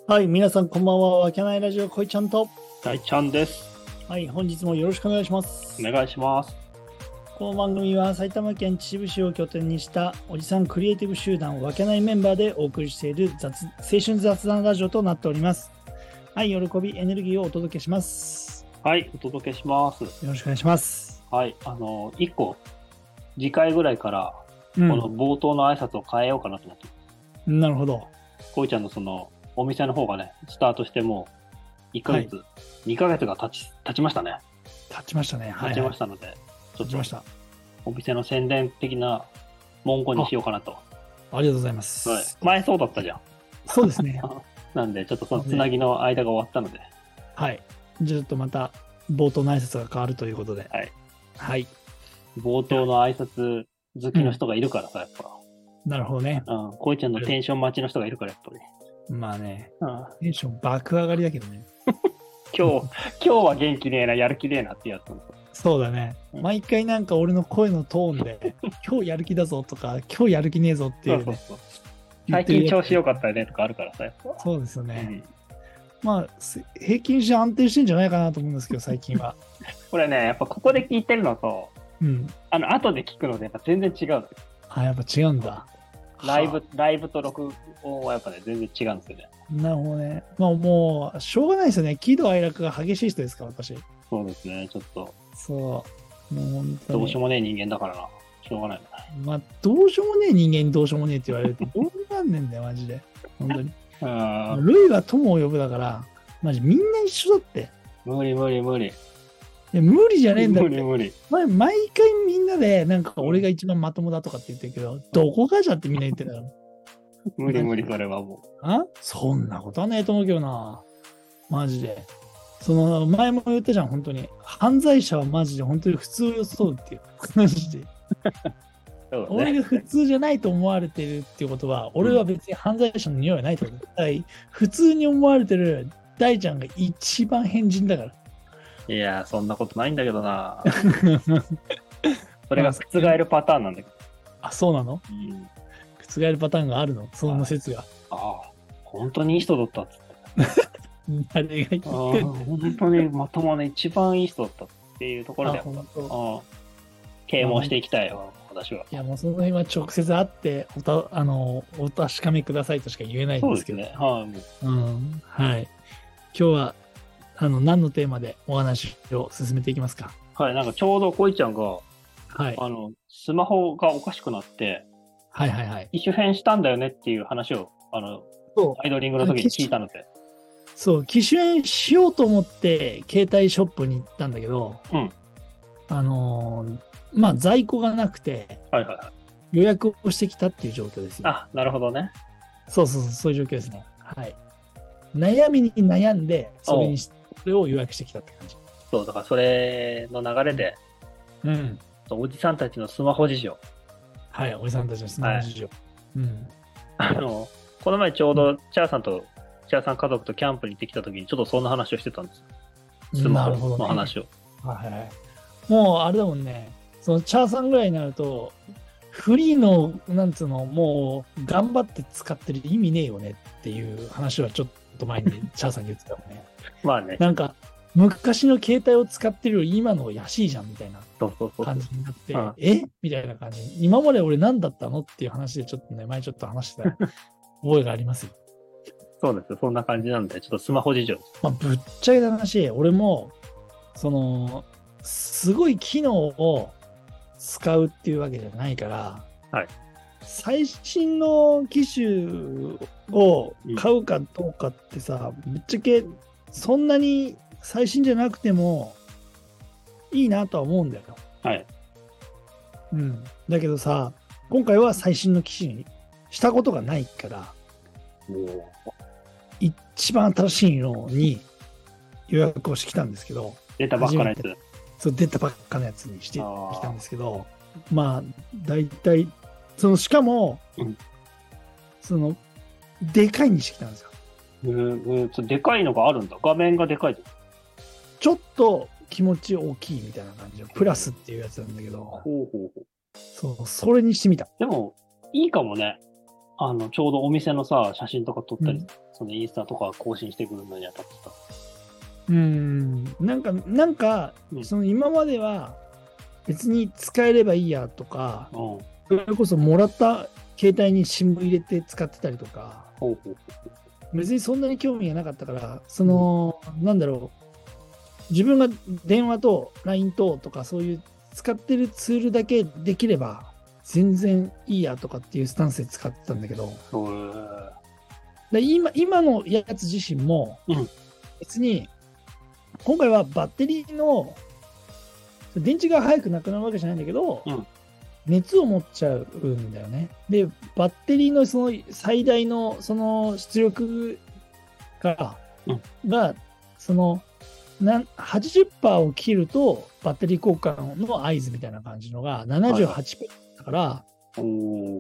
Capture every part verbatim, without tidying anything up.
はい、皆さんこんばんは。わけないラジオこいちゃんと。 大ちゃんです。 はい、本日もよろしくお願いします。 お願いします。 この番組は埼玉県秩父市を拠点にしたおじさんクリエイティブ集団わけないメンバーでお送りしている雑青春雑談ラジオとなっております。はい、喜び、エネルギーをお届けします。 はい、お届けします。 よろしくお願いします。 はい、あの、一個、次回ぐらいから、 うん、 この冒頭の挨拶を変えようかなと思って。 なるほど。 こいちゃんのその、お店の方がね、スタートしてもう、いっかげつ、はい、にかげつが経ち、経ちましたね。 経ちましたね。 経ちましたので、はいはい、 ちょっと、 お店の宣伝的な文言にしようかなと。 ありがとうございます。 はい。前そうだったじゃん。 そうですね。 なんで、ちょっとそのつなぎの間が終わったので。 はい。じゃあちょっとまた、冒頭の挨拶が変わるということで。 はい。 はい。 冒頭の挨拶好きの人がいるからさ、やっぱ。 なるほどね。 うん。こいちゃんのテンション待ちの人がいるから、やっぱり。 まあね、 うん、 テンション爆上がりだけどね。 今日、今日は元気ねえな、やる気ねえなってやつ。 そうだね。毎回なんか俺の声のトーンで、今日やる気だぞとか、今日やる気ねえぞっていう、ね。そうそうそう。 最近調子良かったよねとかあるからさ。 そうですよね。うん、まあ、平均して安定してんじゃないかなと思うんですけど、最近は。 これね、やっぱここで聞いてるのと、うん、あの、後で聞くのでやっぱ全然違う。 あ、やっぱ違うんだ。 ライブ、ライブと録音はやっぱね、全然違うんですよね。 なるほどね。まあもう、しょうがないですよね。喜怒哀楽が激しい人ですから、私。 そうですね、ちょっと。 そう。もう本当に。 どうしようもねえ人間だからな。しょうがないな。まあ、どうしようもねえ人間にどうしようもねえって言われると、どうなんねんだよ、マジで。本当に。ルイは友を呼ぶだから、マジみんな一緒だって。 無理無理無理。 いや無理じゃねえんだって。 無理無理。 毎回みんなで、なんか俺が一番まともだとかって言ってるけど、どこかじゃってみんな言ってるから。 無理無理、それはもう。 あそんなことはねえと思うけどな。マジで。その、前も言ったじゃん、本当に。犯罪者はマジで本当に普通を装うっていう。マジで。そうね、俺が普通じゃないと思われてるっていうことは、俺は別に犯罪者の匂いはないってことだ。うん、普通に思われてる大ちゃんが一番変人だから。 いや、そんなことないんだけどな。それが覆るパターンなんだけど。 あ、そうなの？うん、覆るパターンがあるの？その説が。 ああ、本当にいい人だったっつって。 誰が言ってんの？ 本当にまともな一番いい人だったっていうところで、啓蒙していきたいよ、私は。 いや、もうその辺は直接会って、おた、あの、お確かめくださいとしか言えないんですけど。 そうですね。はい。 うん。はい。今日は、あの、何のテーマでお話を進めていきますか？ はい。なんかちょうどこいちゃんが、 はい。 あの、スマホがおかしくなって、 はいはいはい。 機種変したんだよねっていう話を、あの、アイドリングの時に聞いたので。 そう、機種変しようと思って、携帯ショップに行ったんだけど、うん。あのー、まあ、在庫がなくて、 はいはいはい。 予約をしてきたっていう状況ですよ。 あ、なるほどね。 そうそうそう、そういう状況ですね。はい。悩みに悩んで、それにそれを予約してきたって感じ。 そう、だからそれの流れで、うん。おじさんたちのスマホ事情。 はい、おじさんたちのスマホ事情。はい、うん。 あの、この前ちょうど、チャーさんと、チャーさん家族とキャンプに行ってきた時に、ちょっとそんな話をしてたんですよ。スマホの話を。ね、 はいはい。もう、あれだもんね。そのチャーさんぐらいになると、フリーの、なんつうの、もう、頑張って使ってる意味ねえよねっていう話はちょっと前にチャーさんに言ってたもんね。 まあね。 なんか、昔の携帯を使ってるより今の安いじゃんみたいな感じになって、そうそうそうえみたいな感じ。今まで俺何だったのっていう話でちょっとね、前ちょっと話してた覚えがありますよ。 そうですよ。そんな感じなんで、ちょっとスマホ事情。 まあ、ぶっちゃけた話、俺も、その、すごい機能を使うっていうわけじゃないから、はい、最新の機種を買うかどうかってさ、うん、ぶっちゃけそんなに最新じゃなくてもいいなとは思うんだよ。はい。うん。だけどさ、今回は最新の機種にしたことがないから、一番新しいのに予約をしてきたんですけど、 出たばっかのやつ。 そう、出たばっかのやつにしてきたんですけど、まあ、だいたい、その、しかも、うん、その、でかいにしてきたんですよ。 えー、でかいのがあるんだ。画面がでかい。 ちょっと気持ち大きいみたいな感じの、プラスっていうやつなんだけど、ほうほうほう。そう、それにしてみた。 でも、いいかもね。あの、ちょうどお店のさ、写真とか撮ったりそのインスタとか更新してくるのにあたってた。 うん、なんか、なんか、うん、その今までは別に使えればいいやとか、うん、それこそもらった携帯に シム 入れて使ってたりとか、ほうほうほう、別にそんなに興味がなかったから、その、うん、なんだろう、自分が電話と ライン ととかそういう使ってるツールだけできれば全然いいやとかっていうスタンスで使ってたんだけど、で 今, 今のやつ自身も別に今回はバッテリーの電池が早くなくなるわけじゃないんだけど、うん、熱を持っちゃうんだよね。でバッテリーのその最大のその出力が、うん、がそのな はちじゅっパーセント を切るとバッテリー交換の合図みたいな感じのが ななじゅうはちパーセント だから、はいはい、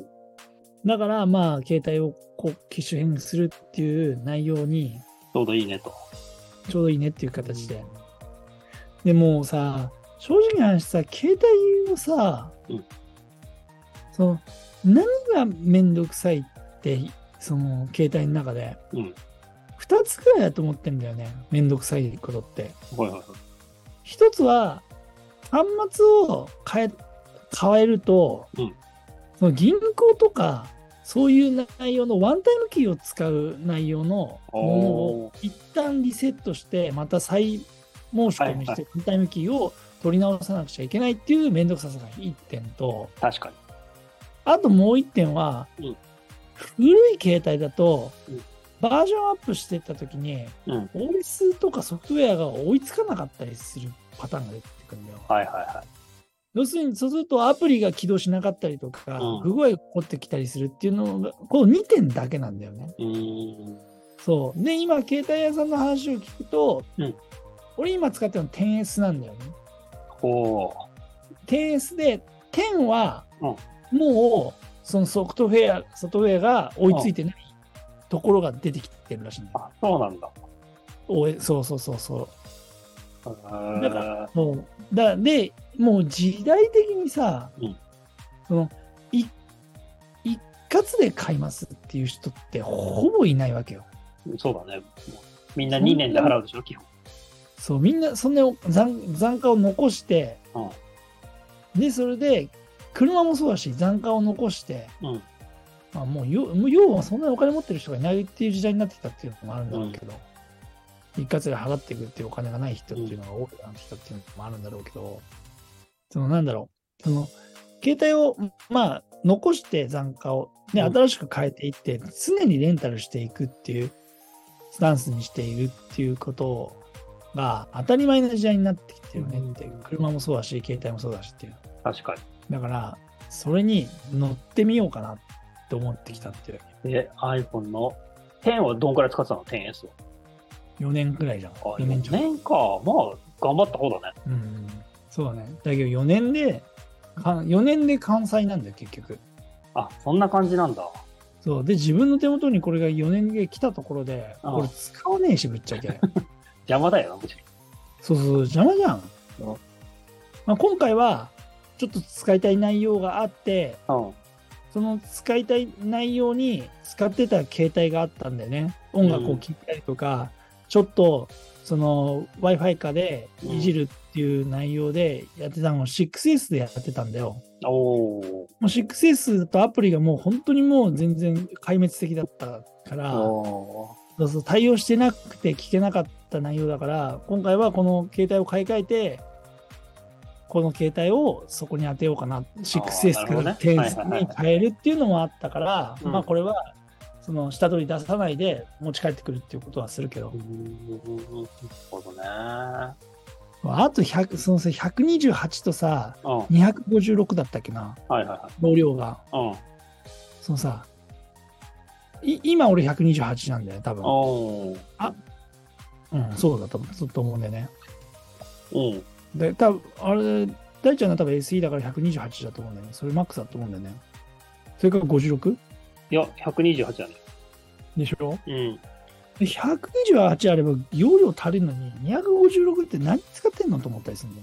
だからまあ携帯をこう機種変するっていう内容にちょうどいいねとちょうどいいねっていう形で、でもさ、正直な話さ、携帯をさ、うん、その何がめんどくさいってその携帯の中で、うん、ふたつくらいだと思ってんだよね、めんどくさいことって。はいはいはい、ひとつは端末を変え変えると、うん、その銀行とかそういう内容のワンタイムキーを使う内容のものを一旦リセットしてまた再申し込みしてワンタイムキーを取り直さなくちゃいけないっていうめんどくささがいってんと、 確かにあともういってんは、うん、古い携帯だと、うん、バージョンアップしていった時に、うん、オーエス とかソフトウェアが追いつかなかったりするパターンが出てくるんだよ。はいはいはい。要するにそうするとアプリが起動しなかったりとか、うん、不具合が起こってきたりするっていうのがこのにてんだけなんだよね。うーん、そうで今携帯屋さんの話を聞くと、うん、俺今使ってるの テンエス なんだよね。ほう テンエス でじゅうは、うん、もうそのソフトウェアソフトウェアが追いついてないところが出てきてるらしいんだよ。 あ、そうなんだ。 おえそうそうそうそう。だからもうだでもう時代的にさ、うん、そのい一括で買いますっていう人ってほぼいないわけよ。 そうだね。みんなにねんで払うでしょ基本。 そうみんなそんな残残価を残して、うん、でそれで車もそうだし残価を残して、うん、まあ、もう要要はそんなにお金持ってる人がいないっていう時代になってきたっていうのもあるんだろうけど。うん、一括で払っていくっていうお金がない人っていうのが多くなってきたっていうのもあるんだろうけど、そのなんだろう、その携帯をまあ残して残価を、ね、新しく変えていって、常にレンタルしていくっていうスタンスにしているっていうことが当たり前の時代になってきてるねっていう、車もそうだし、携帯もそうだしっていう。 確かに。 だから、それに乗ってみようかなって思ってきたっていう。 で、iPhone のじゅうはどんくらい使ってたの ?テンエス は。 よねんくらいじゃん。 よねんか。まあ、頑張った方だね。 うん。そうだね。だけどよねんで、よねんで完済なんだよ、結局。 あ、そんな感じなんだ。 そう。で、自分の手元にこれがよねんで来たところで、ああこれ使わねえし、ぶっちゃけ。 邪魔だよな、むしろ。 そうそう、邪魔じゃん。まあ、今回は、ちょっと使いたい内容があって、うん、その使いたい内容に使ってた携帯があったんだよね。音楽を聴いたりとか、うん、ちょっとその Wi-Fi 化でいじるっていう内容でやってたのを シックスエス でやってたんだよ。おもう シックスエス とアプリがもう本当にもう全然壊滅的だったから、そうそう対応してなくて聞けなかった内容だから、今回はこの携帯を買い替えて、この携帯をそこに当てようかな。シックスエス から テンエス に変えるっていうのもあったから、うん、まあこれは、その下取り出さないで持ち帰ってくるっていうことはするけど。なるほどね。あとひゃく、そのさ、ひゃくにじゅうはちとさ、うん、にひゃくごじゅうろくだったっけな。はいはいはい。容量が。うん。そのさ、い今俺ひゃくにじゅうはちなんだよ、多分。あ、うん、そうだと思うんだよね。うん。で、多分あれ、大ちゃんが多分 エスイー だからひゃくにじゅうはちだと思うんだよね。それマックスだと思うんだよね。それから ごじゅうろく？ いや、ひゃくにじゅうはちだね。 でしょ？うん。ひゃくにじゅうはちあれば容量足りるのに、にひゃくごじゅうろくって何使ってんのと思ったりするんだよ。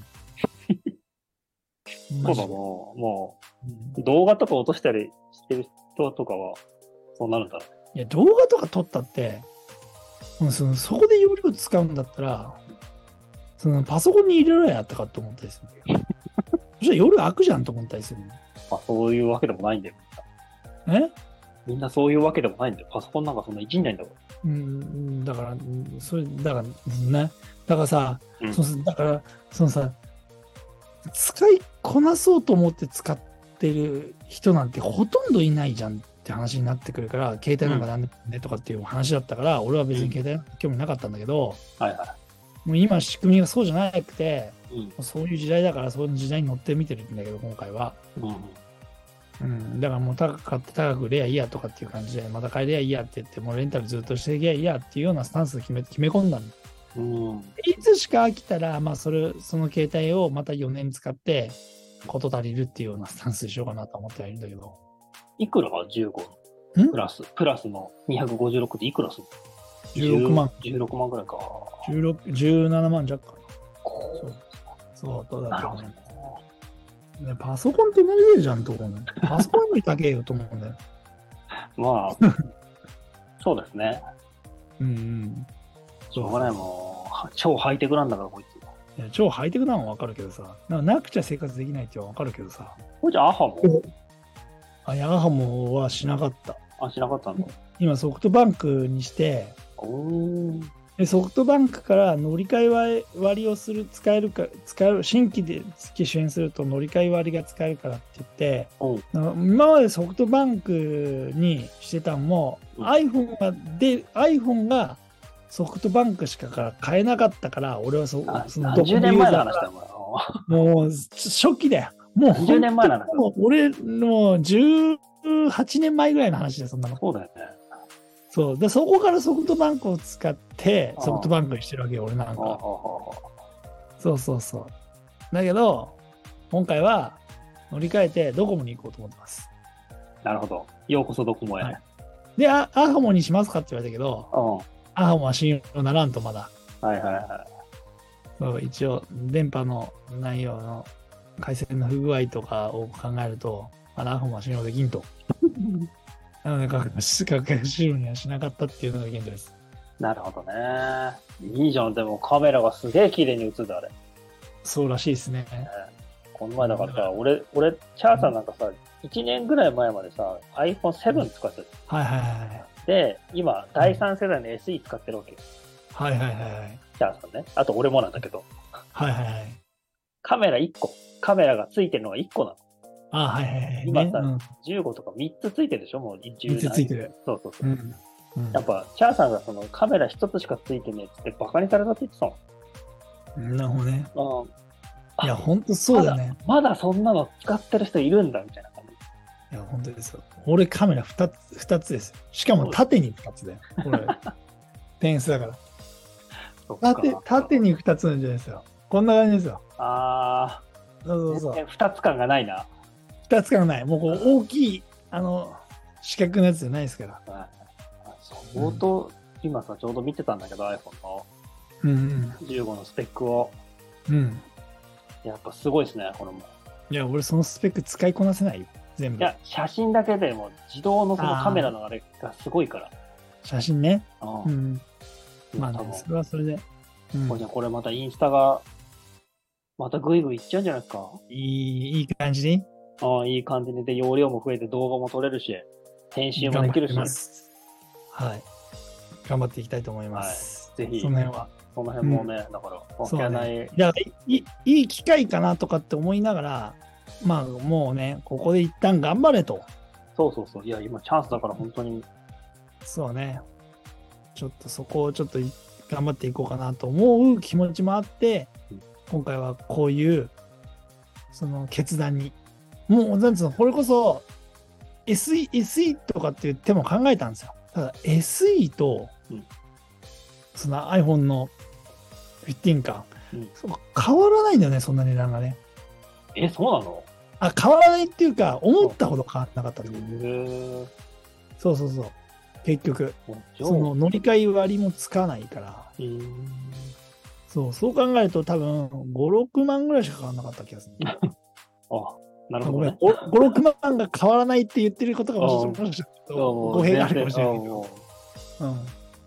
そうだな。もう、うん、動画とか落としたりしてる人とかは、そうなるんだろう。 いや、動画とか撮ったって、 うん、そのそこで容量使うんだったら、そのパソコンに入れろやったかと思ったりする。そしたら夜開くじゃんと思ったりする。 まあ、そういうわけでもないんだよ。 えみんなそういうわけでもないんだよ。パソコンなんかそんないじんないんだから。 うん、だから、それ、だからね、だからさ、 うん、 そのだから、そのさ、使いこなそうと思って使ってる人なんてほとんどいないじゃんって話になってくるから、携帯なんかなんでもねとかっていう話だったから、うん、俺は別に携帯興味なかったんだけど、 うん、はいはい。 もう今仕組みがそうじゃなくて、 うん、 そういう時代だからそういう時代に乗って見てるんだけど、今回は。 うんうん、だからもう高く買って高くレアいいやとかっていう感じで、また買いレアいいやって言って、もうレンタルずっとしていけばいいやっていうようなスタンスで決め決め込んだの。 うん、 いつしか飽きたら、まあそれ、その携帯をまたよねん使って、こと足りるっていうようなスタンスにしようかなと思ってはいるんだけど。 いくらがじゅうごプラス、プラスのにひゃくごじゅうろくっていくらするの？ じゅうろくまん。 じゅうろくまんぐらいか。 じゅうろく、じゅうななまん弱かな。そう。そう、どうだったかね。ね、パソコンって何でじゃんと思うね。パソコンより高えよと思うんだよ。 まあ、そうですね。 うんうん。 しょうがないもん。超ハイテクなんだから、こいつ。 いや超ハイテクなのはわかるけどさ、なんかなくちゃ生活できないってわかるけどさ。 これじゃアハもあ、いや、アハモはしなかった。 あ、しなかったんだ。 今ソフトバンクにして、 おでソフトバンクから乗り換え割をする、使えるか、使える、新規で機種変すると乗り換え割が使えるからって言って、今までソフトバンクにしてたのも、うん、iPhone がで、iPhone がソフトバンクしかから買えなかったから、俺はそそのどこのユーザーだもう初期だよ。もうじゅうねんまえなんだもう俺のじゅうはちねんまえぐらいの話だよ、そんなの。 そうだよね。 そうでそこからソフトバンクを使ってソフトバンクにしてるわけよ、俺なんか。そうそうそう。だけど、今回は乗り換えてドコモに行こうと思ってます。 なるほど。ようこそドコモへ。はい、 で、アハモにしますかって言われたけど、アハモは信用ならんとまだ。 はいはいはい。 そう一応、電波の内容の回線の不具合とかを考えると、まだアハモは信用できんと。なので、格安シルにはしなかったっていうのが現状です。 なるほどね。いいじゃん。でもカメラがすげえ綺麗に映るあれ。 そうらしいですね。 ねこの前だからさ、俺、俺、チャーさんなんかさ、いちねんぐらい前までさ、アイフォンセブン 使ってた。 はいはいはい。 で、今、だいさん世代の エスイー 使ってるわけよ。 はいはいはい。 チャーさんね。あと俺もなんだけど。 はいはいはい。 カメラいっこ。カメラがついてるのがいっこなの。 あはいはいはい。 今さ、ねうん、じゅうごとかみっつついてるでしょもうみっつついてる。 そうそうそう。うんうん、やっぱ、チャーさんがそのカメラひとつしかついてねえってバカにされたって言ってたもん。なるほどね。 うん、 いや、ほんとそうだねまだ。まだそんなの使ってる人いるんだみたいな感じ。 いや、本当ですよ。俺カメラふたつ、ふたつですよ。しかも縦にふたつだよ。これ、テンスだから。縦、縦にふたつなんじゃないですよ。こんな感じですよ。 ああ。そうそうそう。 ふたつ感がないな。 ふたつ感がない。もうこう大きい、あの、四角のやつじゃないですから。 相当、うん、今さ、ちょうど見てたんだけど、iPhone の。 うんうん。 じゅうごのスペックを。 うん。 やっぱすごいですね、これも。 いや、俺そのスペック使いこなせないよ。全部。 いや、写真だけでも自動のそのカメラのあれがすごいから。 写真ね。 うん。 うん、まあね、それはそれで。 うん、じゃあこれまたインスタが、またグイグイいっちゃうんじゃないですか。 いい、いい感じにああ、いい感じにで、容量も増えて動画も撮れるし、編集もできるし。 はい。頑張っていきたいと思います。 はい、ぜひ。 その辺は。 その辺もね、うん、だから、わからない。 ね、いやい、いい機会かなとかって思いながら、まあもうね、ここで一旦頑張れと。 そうそうそう。いや、今チャンスだから本当に。 そうね。ちょっとそこをちょっと頑張っていこうかなと思う気持ちもあって、うん、今回はこういう、その決断に。もう、なんつうの、これこそ、エスイー、エスイー とかっていう手も考えたんですよ。ただ、エスイー と、うん、その iPhone のじゅうごか、うん、変わらないんだよね、そんな値段がね。 え、そうなの？ あ、変わらないっていうか、思ったほど変わらなかったと思う。そうそうそう。結局、その乗り換え割もつかないから。そう、そう考えると多分ご、ろくまんぐらいしか変わらなかった気がする。 あ、なるほど、ね。 ご、ろくまんが変わらないって言ってることがもしかしたら語弊があるかもしれないけど。うん。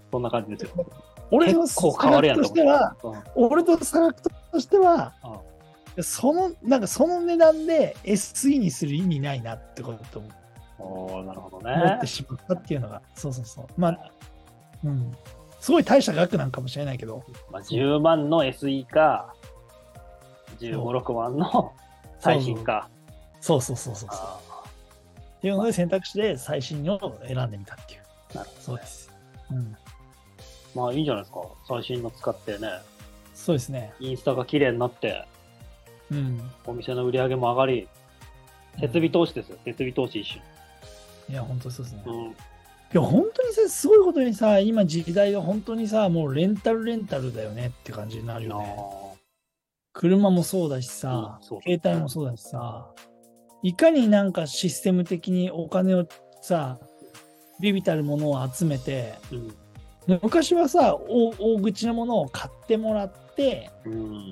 そんな感じですよ。 俺の結構変わるやんとしては、うん、俺と差額としては、うん、その、なんかその値段で エスイー にする意味ないなってことをおー、なるほどね。 思ってしまったっていうのが、そうそうそう。まあ、うん。すごい大した額なんかもしれないけど。 まあ、じゅうまんの エスイー か、じゅうご、ろくまんの最新か。 そうそうそうそうそう。っていうので選択肢で最新を選んでみたっていう。 なるほど。 そうです。うん。 まあいいんじゃないですか。最新の使ってね。 そうですね。 インスタが綺麗になって、 うん。 お店の売り上げも上がり、設備投資ですよ。うん、設備投資一緒。 いや、本当そうですね。 うん。 いや、本当にさ、すごいことにさ、今時代が本当にさ、もうレンタルレンタルだよねって感じになるよね。車もそうだしさ、うん、そう携帯もそうだしさ、いかになんかシステム的にお金をさ、ビビたるものを集めて、うん、昔はさ大、大口のものを買ってもらって、うん、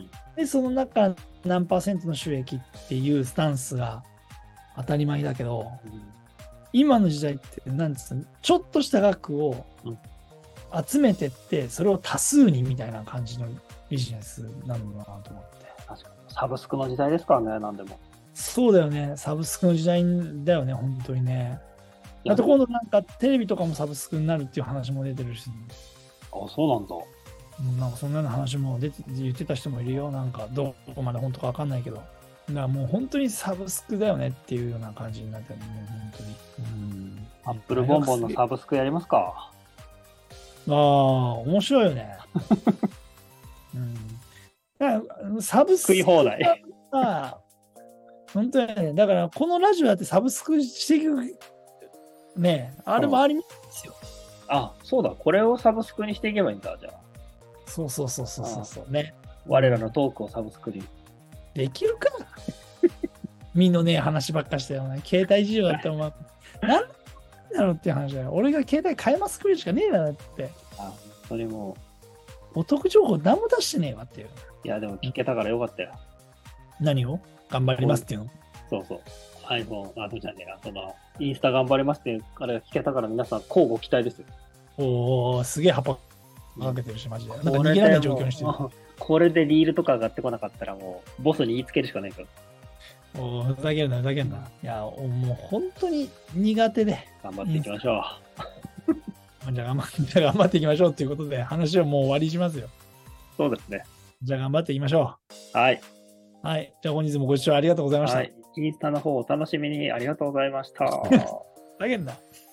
で、その中何パーセントの収益っていうスタンスが当たり前だけど、うん、今の時代って何ですか、ちょっとした額を集めてって、それを多数にみたいな感じのビジネスなのかなと思って。 確かに。サブスクの時代ですからね、なんでも。 そうだよね。サブスクの時代だよね、本当にね。あと今度なんかテレビとかもサブスクになるっていう話も出てるし。 あ、そうなんだ。 なんかそんなような話も出て言ってた人もいるよ。なんかどこまで本当か分かんないけど。だからもう本当にサブスクだよねっていうような感じになってるね、本当に。うん。 アップルボンボンのサブスクやりますか。 ああ、面白いよね。うん。だからサブスク。 食い放題。 ああ、本当にね。だからこのラジオだってサブスクしていく。ねえ、あれもありますよ。 あ、そうだ。これをサブスクにしていけばいいんだ、じゃあ。 そうそうそうそうそうそうね。 我らのトークをサブスクに。 できるかみんなね、話ばっかしたよね。携帯事情だってお前、なんだろうっていう話だよ。俺が携帯変えますくれしかねえなって。 あ、それも。 お得情報何も出してねえわっていう。 いや、でも聞けたからよかったよ。 何を頑張りますっていうの？ そうそう。iPhone、あ、どうじゃねえな、その、インスタ頑張りますって、あれが聞けたから皆さん、交互期待ですよ。 おー、すげえ幅かけてるし、マジで。なんか逃げられない状況にしてる。 これでリールとか上がってこなかったら、もう、ボスに言いつけるしかないから。 おー、ふざけるな、ふざけるな。いや、もう本当に苦手で。 頑張っていきましょう。じゃあ頑張って、じゃあ頑張っていきましょうということで、話をもう終わりにしますよ。 そうですね。 じゃあ頑張っていきましょう。はい。 はい。じゃあ本日もご視聴ありがとうございました。はい。 インスタの方お楽しみにありがとうございました。 だけんだ。